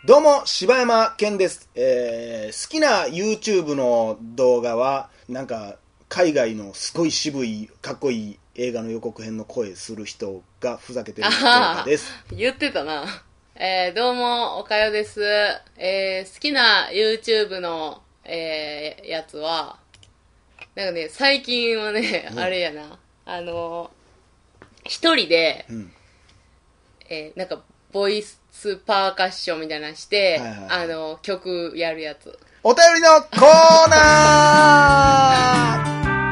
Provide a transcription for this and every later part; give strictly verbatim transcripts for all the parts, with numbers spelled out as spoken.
どうも柴山健です、えー、好きな YouTube の動画はなんか海外のすごい渋いかっこいい映画の予告編の声する人がふざけてる動画です。 言ってたな。えー、どうもおかよです、えー、好きな YouTube の、えー、やつはなんかね最近はね、うん、あれやなあの一人で、うんえー、なんかボイスパーカッションみたいなのして、はいはいはい、あの曲やるやつ。 お便りのコーナー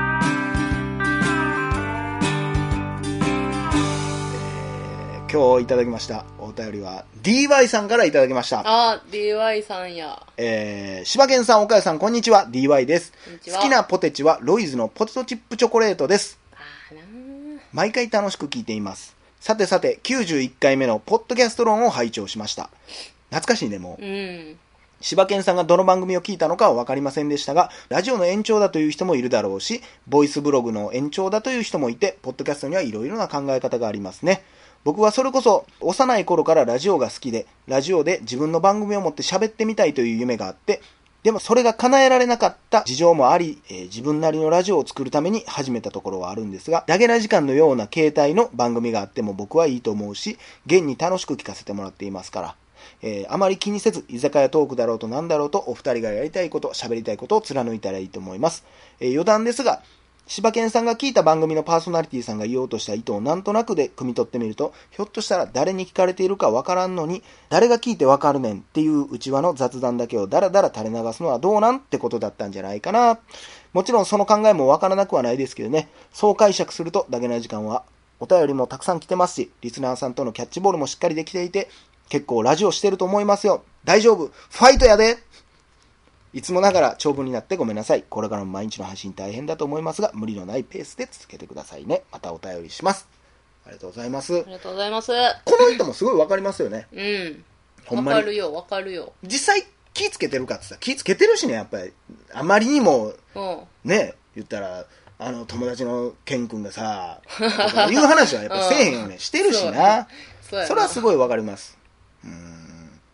えー、今日いただきましたお便りは ディーワイ さんからいただきました。 あー ディーワイ さんや。 えー、柴犬さん岡谷さんこんにちは ディーワイ です。好きなポテチはロイズのポテトチップチョコレートです。あーなー毎回楽しく聞いています。さてさてきゅうじゅういっかいめのポッドキャスト論を拝聴しました。懐かしいねもう、うん、柴犬さんがどの番組を聞いたのかは分かりませんでしたが、ラジオの延長だという人もいるだろうし、ボイスブログの延長だという人もいて、ポッドキャストにはいろいろな考え方がありますね。僕はそれこそ幼い頃からラジオが好きで、ラジオで自分の番組を持って喋ってみたいという夢があって、でもそれが叶えられなかった事情もあり、えー、自分なりのラジオを作るために始めたところはあるんですが、ダゲな時間のような形態の番組があっても僕はいいと思うし、現に楽しく聞かせてもらっていますから、えー、あまり気にせず居酒屋トークだろうとなんだろうとお二人がやりたいこと、喋りたいことを貫いたらいいと思います。えー、余談ですが、柴犬さんが聞いた番組のパーソナリティさんが言おうとした意図をなんとなくで汲み取ってみると、ひょっとしたら誰に聞かれているかわからんのに、誰が聞いてわかるねんっていう内輪の雑談だけをダラダラ垂れ流すのはどうなんってことだったんじゃないかな。もちろんその考えもわからなくはないですけどね。そう解釈するとダゲな時間はお便りもたくさん来てますし、リスナーさんとのキャッチボールもしっかりできていて、結構ラジオしてると思いますよ。大丈夫。ファイトやで。いつもながら長文になってごめんなさい。これからも毎日の配信大変だと思いますが、無理のないペースで続けてくださいね。またお便りします。ありがとうございます。 ありがとうございます。 この人もすごいわかりますよね。 うん。ほんまにわかるよ、わかるよ。 実際気つけてるかってさ、気つけてるしね、やっぱり。あまりにも、うん、ね、言ったら、あの友達のケン君がさ、いう話はやっぱせえへんよね。してるしな。そうやな。それはすごいわかります。うーん。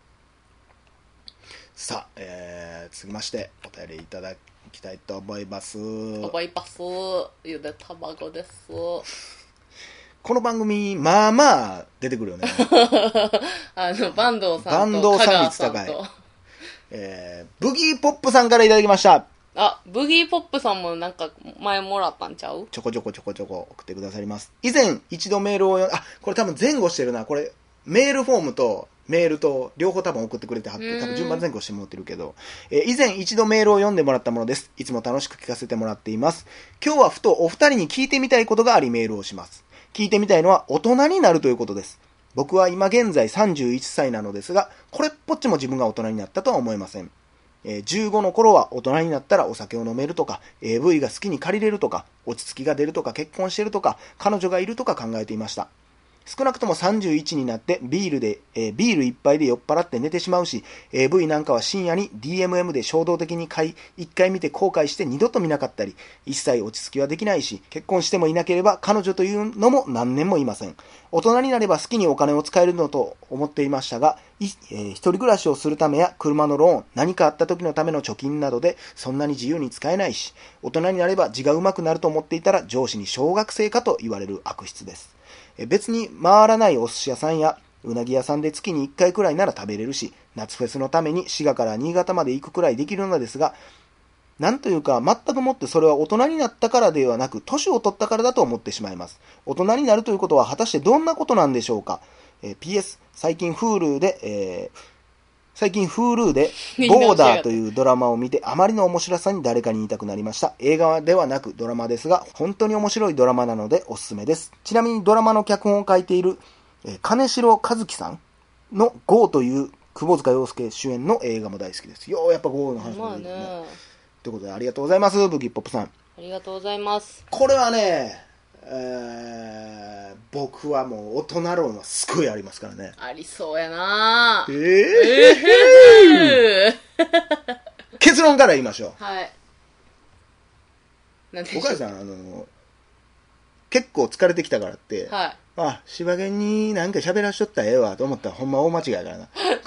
さあ、えー、続きましてお便りいただきたいと思います。 思います。ゆで卵です。 この番組まあまあ出てくるよね。 あの坂東さんと坂東さん率高い、えー、ブギーポップさんからいただきました。 あ、ブギーポップさんもなんか前もらったんちゃう？ ちょこちょこちょこちょこ送ってくださります。以前一度メールを読んあこれ多分前後してるな。これメールフォームとメールと両方多分送ってくれてはって多分順番前後してもらってるけど、えー、以前一度メールを読んでもらったものです。いつも楽しく聞かせてもらっています。今日はふとお二人に聞いてみたいことがありメールをします。聞いてみたいのは大人になるということです。僕は今現在さんじゅういっさいなのですが、これっぽっちも自分が大人になったとは思えません。えー、じゅうごの頃は大人になったらお酒を飲めるとか エーブイ が好きに借りれるとか落ち着きが出るとか結婚してるとか彼女がいるとか考えていました。少なくともさんじゅういちになってビールで、えー、ビール一杯で酔っ払って寝てしまうし、エーブイ なんかは深夜に ディーエムエム で衝動的に買い、一回見て後悔して二度と見なかったり、一切落ち着きはできないし、結婚してもいなければ彼女というのも何年もいません。大人になれば好きにお金を使えるのと思っていましたが、いえー、一人暮らしをするためや車のローン、何かあった時のための貯金などでそんなに自由に使えないし、大人になれば字が上手くなると思っていたら上司に小学生かと言われる悪質です。別に回らないお寿司屋さんやうなぎ屋さんで月にいっかいくらいなら食べれるし、夏フェスのために滋賀から新潟まで行くくらいできるのですが、なんというか全くもってそれは大人になったからではなく年を取ったからだと思ってしまいます。大人になるということは果たしてどんなことなんでしょうか。えー、ピーエス 最近 Hulu で、えー最近 Hulu でボーダーというドラマを見てあまりの面白さに誰かに言いたくなりました。映画ではなくドラマですが本当に面白いドラマなのでおすすめです。ちなみにドラマの脚本を書いている、えー、金城和樹さんの ゴー という窪塚洋介主演の映画も大好きです。よーやっぱ ゴー の話もいいですね。まあね。ということでありがとうございます。ブギーポップさん。ありがとうございます。 これはね、えー、僕はもう大人論はすごいありますからね。 ありそうやな。 えー、えー、結論から言いましょう。 はい。 なんでしょう。お母さんあの結構疲れてきたからって、はい、あ柴犬になんか喋らしとったらええわと思ったらほんま大間違いからな。あ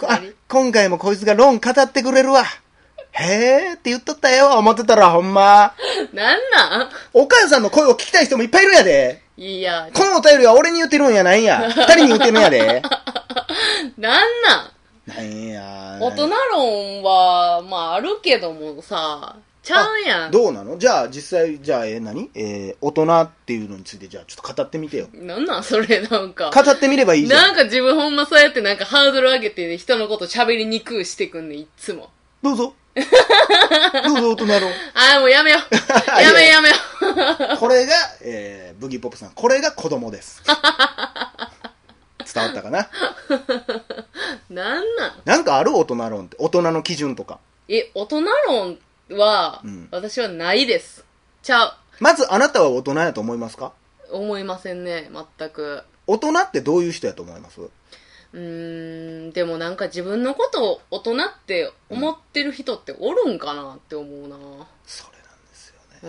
今回もこいつが論語ってくれるわ。へーって言っとったよ、思ってたらほんま。 なんなんお母さんの声を聞きたい人もいっぱいいるんやで。 いや、 このお便りは俺に言ってるんやないんや。二人に言ってるんやで。 なんなんなんや。 大人論は、まああるけどもさ、ちゃうやん。 どうなの？じゃあ実際、じゃあ、えー、何えー、大人っていうのについて、じゃあちょっと語ってみてよ。 なんなんそれなんか。 語ってみればいいじゃん。 なんか自分ほんまそうやってなんかハードル上げて人のこと喋りにくくしてくんねん、いっつも。 どうぞ。どうぞ、大人論。 ああ、もうやめよう。やめやめよう。これが、えー、ブギーポップさん、これが子供です。伝わったかな？ なんなんなんかある大人論って。大人の基準とか。 え、大人論は、 うん、 私はないです。ちゃう。 まずあなたは大人やと思いますか？ 思いませんね、全く。 大人ってどういう人やと思います？ うーん、でもなんか自分のことを大人って思ってる人っておるんかなって思うな。 それなんですよね。 うん。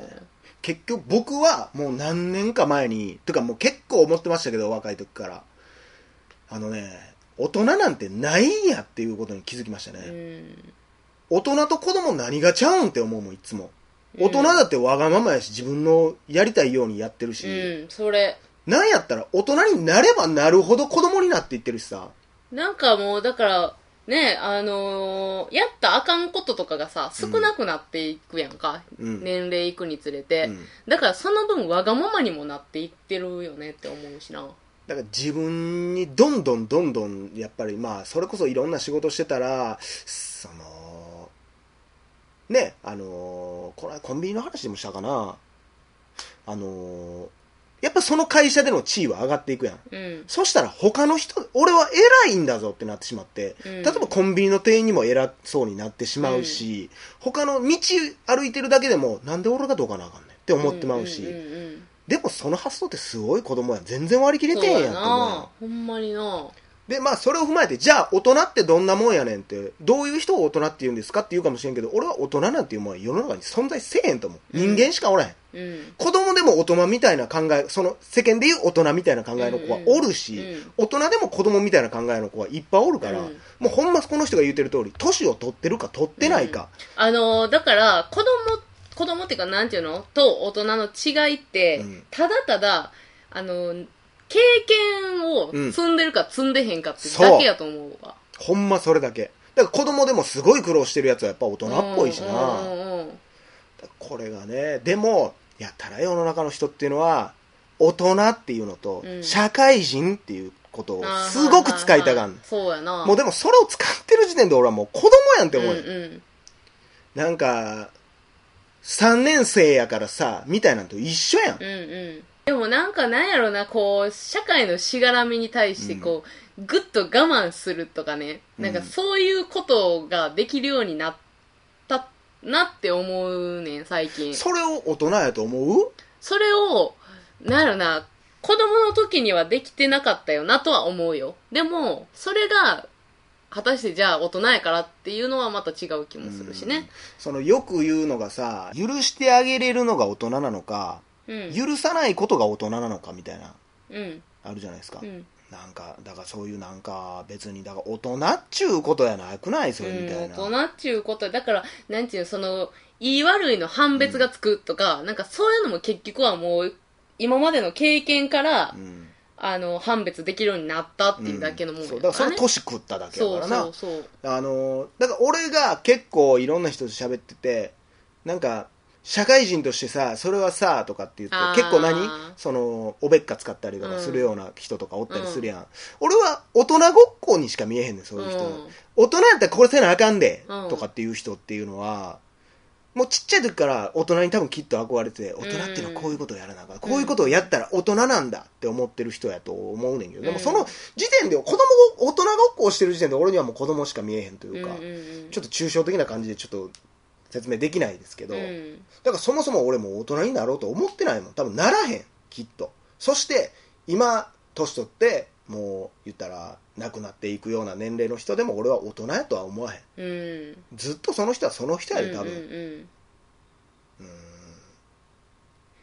結局僕はもう何年か前に、てかもう結構思ってましたけど、若い時から。あのね、大人なんてないんやっていうことに気づきましたね。 うん、 大人と子供何がちゃうんって思うもん、いつも。大人だってわがままやし、自分のやりたいようにやってるし。 うん、それ。 なんやったら大人になればなるほど子供になっていってるしさ。 なんかもう、だから、ね、あのー、やったらあかんこととかがさ、少なくなっていくやんか。うん、年齢いくにつれて、うん。だからその分わがままにもなっていってるよねって思うしな。 だから自分にどんどんどんどん、やっぱりまあ、それこそいろんな仕事してたら、その、ね、あのー、これコンビニの話でもしたかな。あのー、やっぱその会社での地位は上がっていくやん。うん、そしたら他の人、俺は偉いんだぞってなってしまって、うん、例えばコンビニの店員にも偉そうになってしまうし、うん、他の道歩いてるだけでも、なんで俺がどうかなあかんねんって思ってまうし、うんうんうんうん、でもその発想ってすごい子供やん。全然割り切れてんやんって思うやん。 ほんまにな。 で、まあそれを踏まえて、じゃあ大人ってどんなもんやねんって、どういう人を大人って言うんですかって言うかもしれんけど、俺は大人なんていうもんは世の中に存在せえへんと思う。人間しかおらへん。うん、子供でも大人みたいな考え、その世間でいう大人みたいな考えの子はおるし、うんうん、大人でも子供みたいな考えの子はいっぱいおるから、うん、もうほんまこの人が言ってる通り、年を取ってるか取ってないか。 うん、あのー、だから子供、子供っていうかなんていうのと大人の違いって、うん、ただただ、あのー、経験を積んでるか積んでへんかってだけやと思うわ。 うほんまそれだけ。だから子供でもすごい苦労してるやつはやっぱ大人っぽいしな。うんうんうん、これがね、でも、やったら世の中の人っていうのは、大人っていうのと、社会人っていうことをすごく使いたがん、うん、 そうやな。 もうでもそれを使ってる時点で俺はもう子供やんって思う、うんうん、なんか、さんねん生やからさ、みたいなんと一緒やん。 うんうんでもなんかなんやろな、こう、社会のしがらみに対してこう、うん、ぐっと我慢するとかね、うん、なんかそういうことができるようになったなって思うねん、最近。 それを大人やと思う？ それを、なんやろな、子供の時にはできてなかったよなとは思うよ。でも、それが、果たしてじゃあ大人やからっていうのはまた違う気もするしね。うん、 そのよく言うのがさ、許してあげれるのが大人なのか、うん、許さないことが大人なのかみたいな、うん、あるじゃないですか、うん、なんかだからそういうなんか別にだから大人っちゅうことやなくないそれみたいな、 うん、大人っちゅうことだからなんていうその言い悪いの判別がつくとか、うん、なんかそういうのも結局はもう今までの経験から、うん、あの判別できるようになったっていうだけのもんやから、ね、 うん、そうだからそれ年食っただけだからな。 そうそうそうあのだから俺が結構いろんな人と喋っててなんか社会人としてさ、それはさ、とかって言って、結構何その、おべっか使ったりとかするような人とかおったりするやん。うん、俺は大人ごっこにしか見えへんねん、そういう人。うん、大人やったらこれせなあかんで、うん、とかっていう人っていうのは、もうちっちゃい時から大人に多分きっと憧れて、大人っていうのはこういうことをやらなあかん。こういうことをやったら大人なんだって思ってる人やと思うねんけど、でもその時点で子供ご、大人ごっこをしてる時点で俺にはもう子供しか見えへんというか、ちょっと抽象的な感じでちょっと、説明できないですけど、うん、だからそもそも俺も大人になろうと思ってないもん。多分ならへん、きっと。そして今年取ってもう言ったら亡くなっていくような年齢の人でも俺は大人やとは思わへん、うん、ずっとその人はその人やで多分、うんうんうん、うん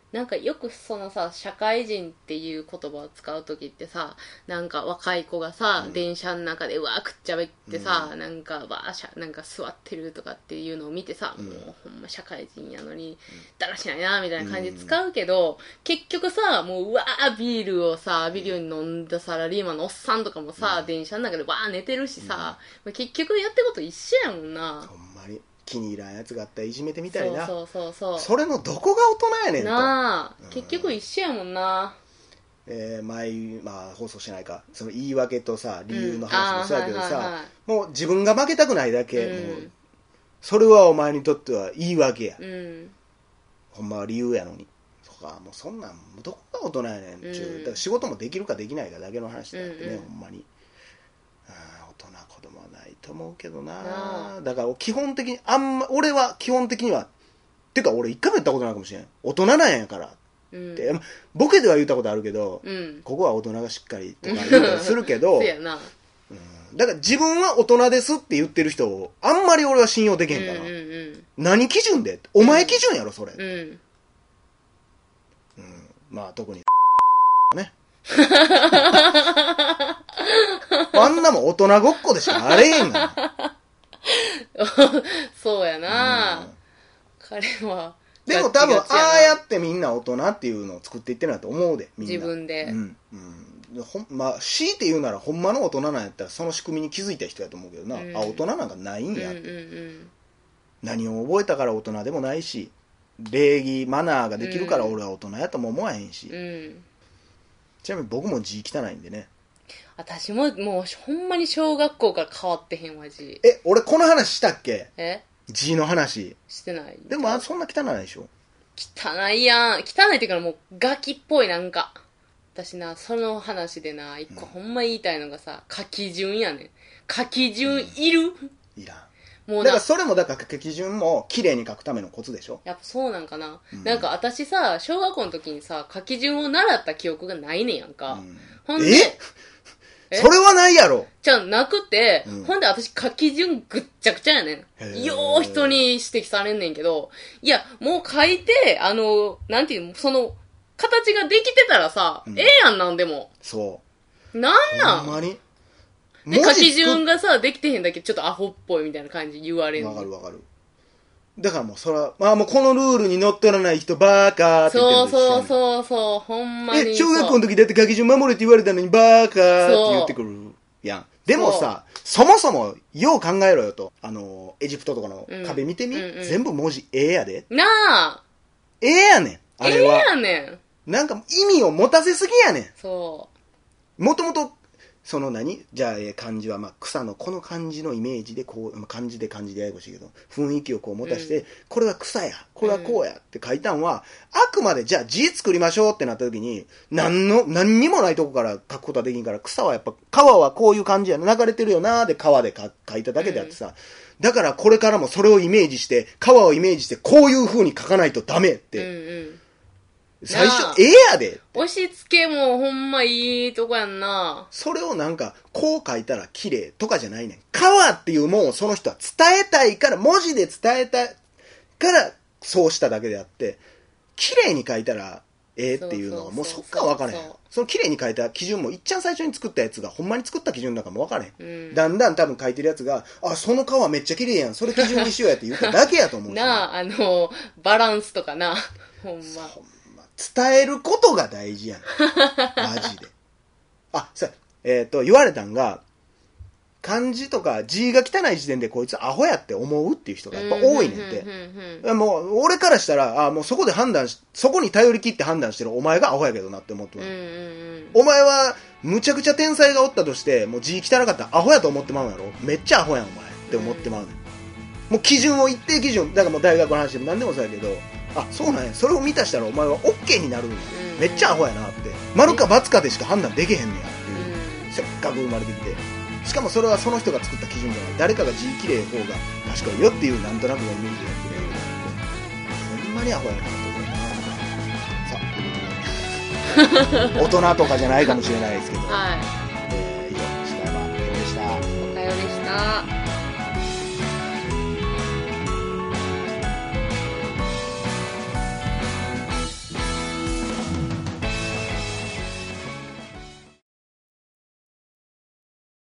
なんかよくそのさ、社会人っていう言葉を使うときってさ、なんか若い子がさ、うん、電車の中でうわーくっちゃべってさ、うん、なんかばーしゃ、なんか座ってるとかっていうのを見てさ、うん、もうほんま社会人やのに、だらしないなみたいな感じで使うけど、うん、結局さ、もううわービールをさ、浴びるように飲んだサラリーマンのおっさんとかもさ、うん、電車の中でわー寝てるしさ、うん、結局やってること一緒やもんな。 ほんまに。気に入らんやつがあったらいじめてみたいな。 そうそうそうそう。 それのどこが大人やねんと。 なあ、うん、結局一緒やもんな。 えー、前、まあ放送しないか。その言い訳とさ、理由の話もそうやけどさ、うんはいはいはい、もう自分が負けたくないだけ、うん、もうそれはお前にとっては言い訳や。うん、ほんまは理由やのに。とか、もうそんなん、どこが大人やねんちゅう、うん。だから仕事もできるかできないかだけの話だってね、うんうん、ほんまに。大人子供はないと思うけどな。だから基本的にあんま俺は基本的にはてか俺一回も言ったことないかもしれん。大人なんやからって、うん、ボケでは言ったことあるけど、うん、ここは大人がしっかりとか言ったりするけどそうやな、 うん、だから自分は大人ですって言ってる人をあんまり俺は信用できへんから、うんうんうん、何基準でお前基準やろそれ、うんうん、まあ特にねあんなもん大人ごっこでしかあれへんがそうやな、うん、彼はでも多分ああやってみんな大人っていうのを作っていってるなと思うでみんな自分で、 うんうん、ほんまあ強いて言うならほんまの大人なんやったらその仕組みに気づいた人やと思うけどな、うん、あ大人なんかないんやって、うんうんうん、何を覚えたから大人でもないし礼儀マナーができるから俺は大人やとも思わへんし、うん、ちなみに僕も字汚いんでね。 私ももうほんまに小学校から変わってへんわ字。 え、俺この話したっけ？ え？ 字の話。 してない。 でもそんな汚いでしょ？ 汚いやん。汚いっていうかもうガキっぽいなんか。私な、その話でな、一個ほんま言いたいのがさ、書き順やねん。書き順いる？ いらん。もうだからそれもだから書き順も綺麗に書くためのコツでしょ。 やっぱそうなんかな、うん、なんか私さ小学校の時にさ書き順を習った記憶がないねんやんか、うん、ほんでええそれはないやろじゃあなくて、うん、ほんで私書き順ぐっちゃくちゃやねんよう人に指摘されんねんけどいやもう書いてあのなんていうのその形ができてたらさ、うん、ええやんなんでもそうなんなんほんまにで書き順がさできてへんだけちょっとアホっぽいみたいな感じ言われるわかるわかるだからもうそらまあもうこのルールにのっとらない人バーカーって言ってるそうそうそうそうほんまにえ小学校の時だって書き順守れって言われたのにバーカーって言ってくるやんでもさ そ, そもそもよう考えろよとあのエジプトとかの壁見てみ、うんうんうん、全部文字ええやでなあええやねんあれはええやねんなんか意味を持たせすぎやねんそうもともとその何じゃあ、えー、漢字は、まあ、草のこの漢字のイメージでこう、まあ、漢字で漢字でややこしいけど雰囲気をこう持たして、うん、これは草やこれはこうやって書いたんは、うん、あくまでじゃあ字作りましょうってなった時に何の何にもないとこから書くことはできんから草はやっぱ川はこういう感じやな流れてるよなーで川で書いただけであってさ、うん、だからこれからもそれをイメージして川をイメージしてこういう風に書かないとダメって、うんうん最初、ええやで。 押し付けもほんまいいとこやんな。 それをなんか、こう書いたら綺麗とかじゃないねん。川っていうもんをその人は伝えたいから、文字で伝えたいから、そうしただけであって、綺麗に書いたらええっていうのはもうそっから分からへん。その綺麗に書いた基準もいっちゃん最初に作ったやつがほんまに作った基準だからも分からへん、うん。だんだん多分書いてるやつが、あ、その川めっちゃ綺麗やん。それ基準にしようやって言っただけやと思う。 なあ、あの、バランスとかな。ほんま。 伝えることが大事やん。マジで。あ、さ、えっと、言われたんが、漢字とか字が汚い時点でこいつアホやって思うっていう人がやっぱ多いねんて。もう、俺からしたら、あ、もうそこで判断し、そこに頼り切って判断してるお前がアホやけどなって思ってます。お前は、むちゃくちゃ天才がおったとして、もう字汚かったらアホやと思ってまうやろ。めっちゃアホやんお前って思ってまうねん。もう基準を一定基準、だからもう大学の話でも何でもそうやけど、あ、そうなんや。それを満たしたらお前は OK になるんや。うん、めっちゃアホやなって。丸か×かでしか判断できへんねやっていう。うん、せっかく生まれてきて。しかもそれはその人が作った基準じゃない。誰かが字きれい方が賢いよっていうなんとなくのイメージでやってるやつで。ほんまにアホやなと思うな。さあ、ということで。大人とかじゃないかもしれないですけど。はい